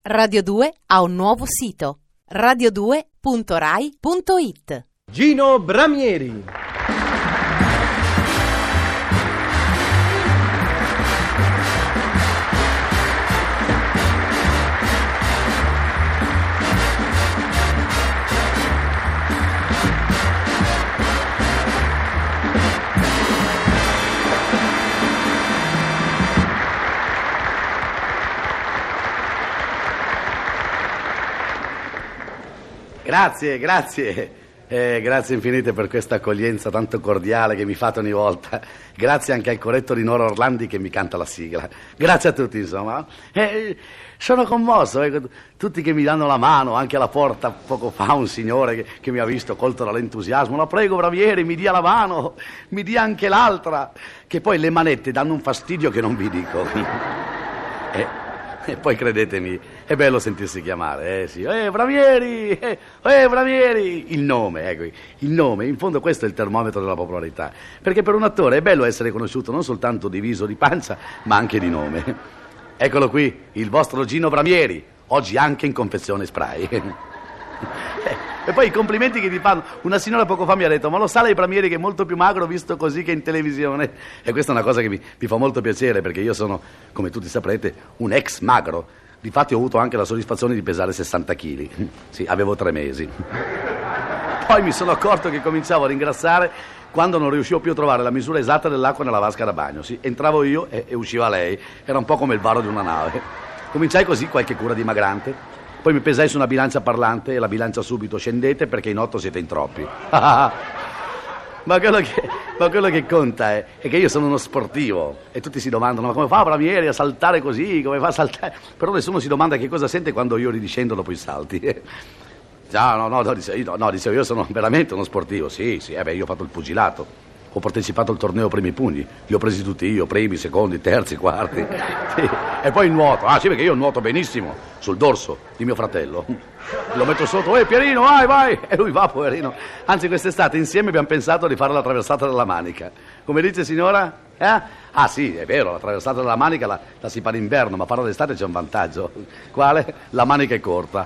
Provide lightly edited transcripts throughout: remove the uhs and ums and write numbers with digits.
Radio 2 ha un nuovo sito: radio2.rai.it. Gino Bramieri. Grazie infinite per questa accoglienza tanto cordiale che mi fate ogni volta. Grazie anche al corretto di Nora Orlandi che mi canta la sigla. Grazie a tutti, insomma. Sono commosso, tutti che mi danno la mano, anche alla porta poco fa un signore che mi ha visto colto dall'entusiasmo. La prego, Bramieri, mi dia la mano, mi dia anche l'altra. Che poi le manette danno un fastidio che non vi dico. E poi credetemi, è bello sentirsi chiamare, sì. Bramieri, Bramieri! Il nome, il nome, in fondo questo è il termometro della popolarità. Perché per un attore è bello essere conosciuto non soltanto di viso, di pancia, ma anche di nome. Eccolo qui, il vostro Gino Bramieri, oggi anche in confezione spray. E poi i complimenti che ti fanno. Una signora poco fa mi ha detto: ma lo sa lei, Bramieri, che è molto più magro visto così che in televisione? E questa è una cosa che mi fa molto piacere, perché io sono, come tutti saprete, un ex magro. Difatti ho avuto anche la soddisfazione di pesare 60 kg. Sì, avevo 3 mesi. Poi mi sono accorto che cominciavo a ringrassare quando non riuscivo più a trovare la misura esatta dell'acqua nella vasca da bagno. Sì, entravo io e usciva lei. Era un po' come il varo di una nave. Cominciai così qualche cura dimagrante. Poi mi pesai su una bilancia parlante e la bilancia subito: scendete perché in 8 siete in troppi. Ma quello che conta è che io sono uno sportivo e tutti si domandano: ma come fa Bramieri a saltare così? Come fa a saltare? Però nessuno si domanda che cosa sente quando io ridiscendo dopo i salti. Dicevo, io sono veramente uno sportivo. Sì, io ho fatto il pugilato. Ho partecipato al torneo primi pugni, li ho presi tutti io, primi, secondi, terzi, quarti. Sì. E poi il nuoto. Sì, perché io nuoto benissimo, sul dorso di mio fratello. Lo metto sotto: Pierino, vai! E lui va, poverino. Anzi, quest'estate insieme abbiamo pensato di fare la traversata della Manica. Come dice, signora? Sì, è vero, la traversata della Manica la si fa d'inverno, ma farla d'estate c'è un vantaggio. Quale? La manica è corta.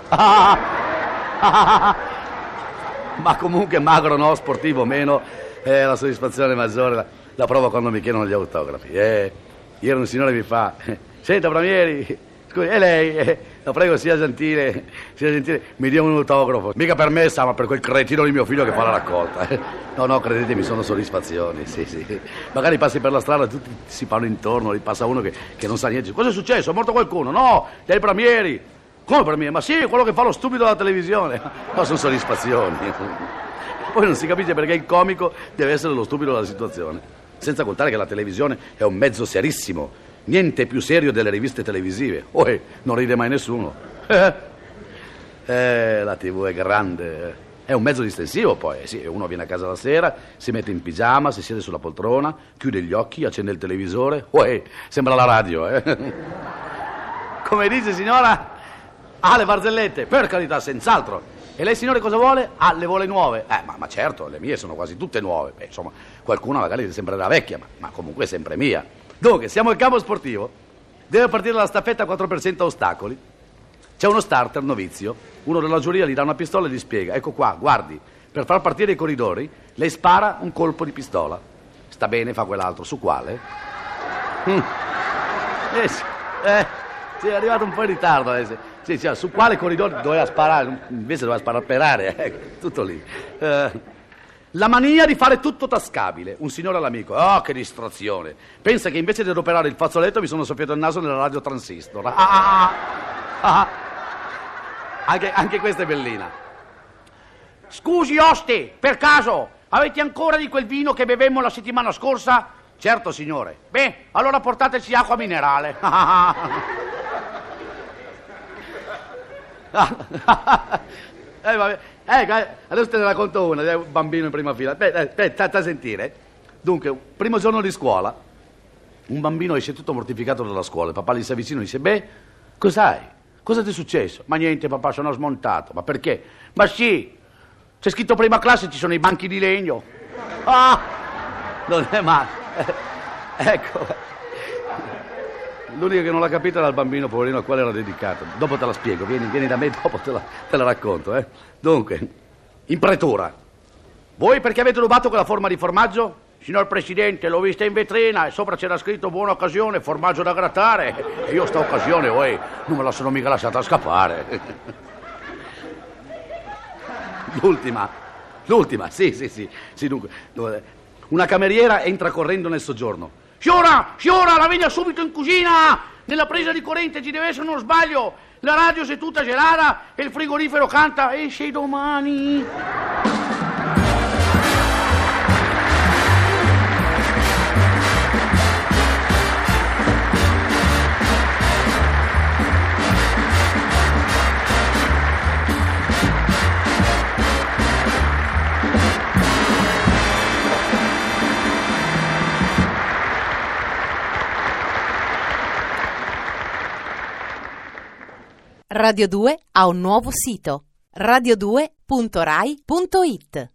Ma comunque magro no, sportivo meno. La soddisfazione maggiore la provo quando mi chiedono gli autografi. Ieri un signore mi fa: senta Bramieri, scusi, e lei? La prego, sia gentile, mi dia un autografo. Mica per me, ma per quel cretino di mio figlio che fa la raccolta. No, credetemi, sono soddisfazioni, sì. Magari passi per la strada, tutti si fanno intorno, gli passa uno che non sa niente. Cosa è successo? È morto qualcuno? No, è il Bramieri. Come Bramieri? Ma sì, quello che fa lo stupido della televisione. Ma sono soddisfazioni. Poi non si capisce perché il comico deve essere lo stupido della situazione. Senza contare che la televisione è un mezzo serissimo. Niente più serio delle riviste televisive. Non ride mai nessuno. La TV è grande. È un mezzo distensivo poi. Sì, uno viene a casa la sera, si mette in pigiama, si siede sulla poltrona, chiude gli occhi, accende il televisore. Sembra la radio, Come dice, signora? Le barzellette, per carità, senz'altro. E lei, signore, cosa vuole? Le vuole nuove. Ma certo, le mie sono quasi tutte nuove. Insomma, qualcuna magari sembrerà vecchia, ma comunque è sempre mia. Dunque, siamo al campo sportivo. Deve partire la staffetta 4% a ostacoli. C'è uno starter novizio. Uno della giuria gli dà una pistola e gli spiega: ecco qua, guardi, per far partire i corridori, lei spara un colpo di pistola. Sta bene, fa quell'altro. Su quale? Sì, è arrivato un po' in ritardo adesso. Sì, su quale corridoio doveva sparare? Invece doveva sparare per aria, tutto lì. La mania di fare tutto tascabile. Un signore all'amico: che distrazione. Pensa che invece di adoperare il fazzoletto mi sono soffiato il naso nella radio transistor. Anche questa è bellina. Scusi, oste, per caso avete ancora di quel vino che bevemmo la settimana scorsa? Certo, signore. Beh, allora portateci acqua minerale. Vabbè. Adesso te ne racconto una, è un bambino in prima fila. Aspetta a sentire. Dunque, primo giorno di scuola, un bambino esce tutto mortificato dalla scuola. Il papà gli si avvicina e dice: cos'hai? Cosa ti è successo? Ma niente, papà, sono smontato. Ma perché? Ma sì, c'è scritto prima classe, ci sono i banchi di legno. Non è male. Ecco. L'unico che non l'ha capita era il bambino poverino al quale era dedicato. Dopo te la spiego, vieni da me, dopo te la racconto, eh. Dunque, in pretura. Voi perché avete rubato quella forma di formaggio? Signor Presidente, l'ho vista in vetrina e sopra c'era scritto buona occasione, formaggio da grattare. E io sta occasione, non me la sono mica lasciata scappare. L'ultima, sì, dunque. Una cameriera entra correndo nel soggiorno. Signora, la venga subito in cucina! Nella presa di corrente ci deve essere uno sbaglio. La radio si è tutta gelata e il frigorifero canta esce domani. Radio 2 ha un nuovo sito: radio2.rai.it.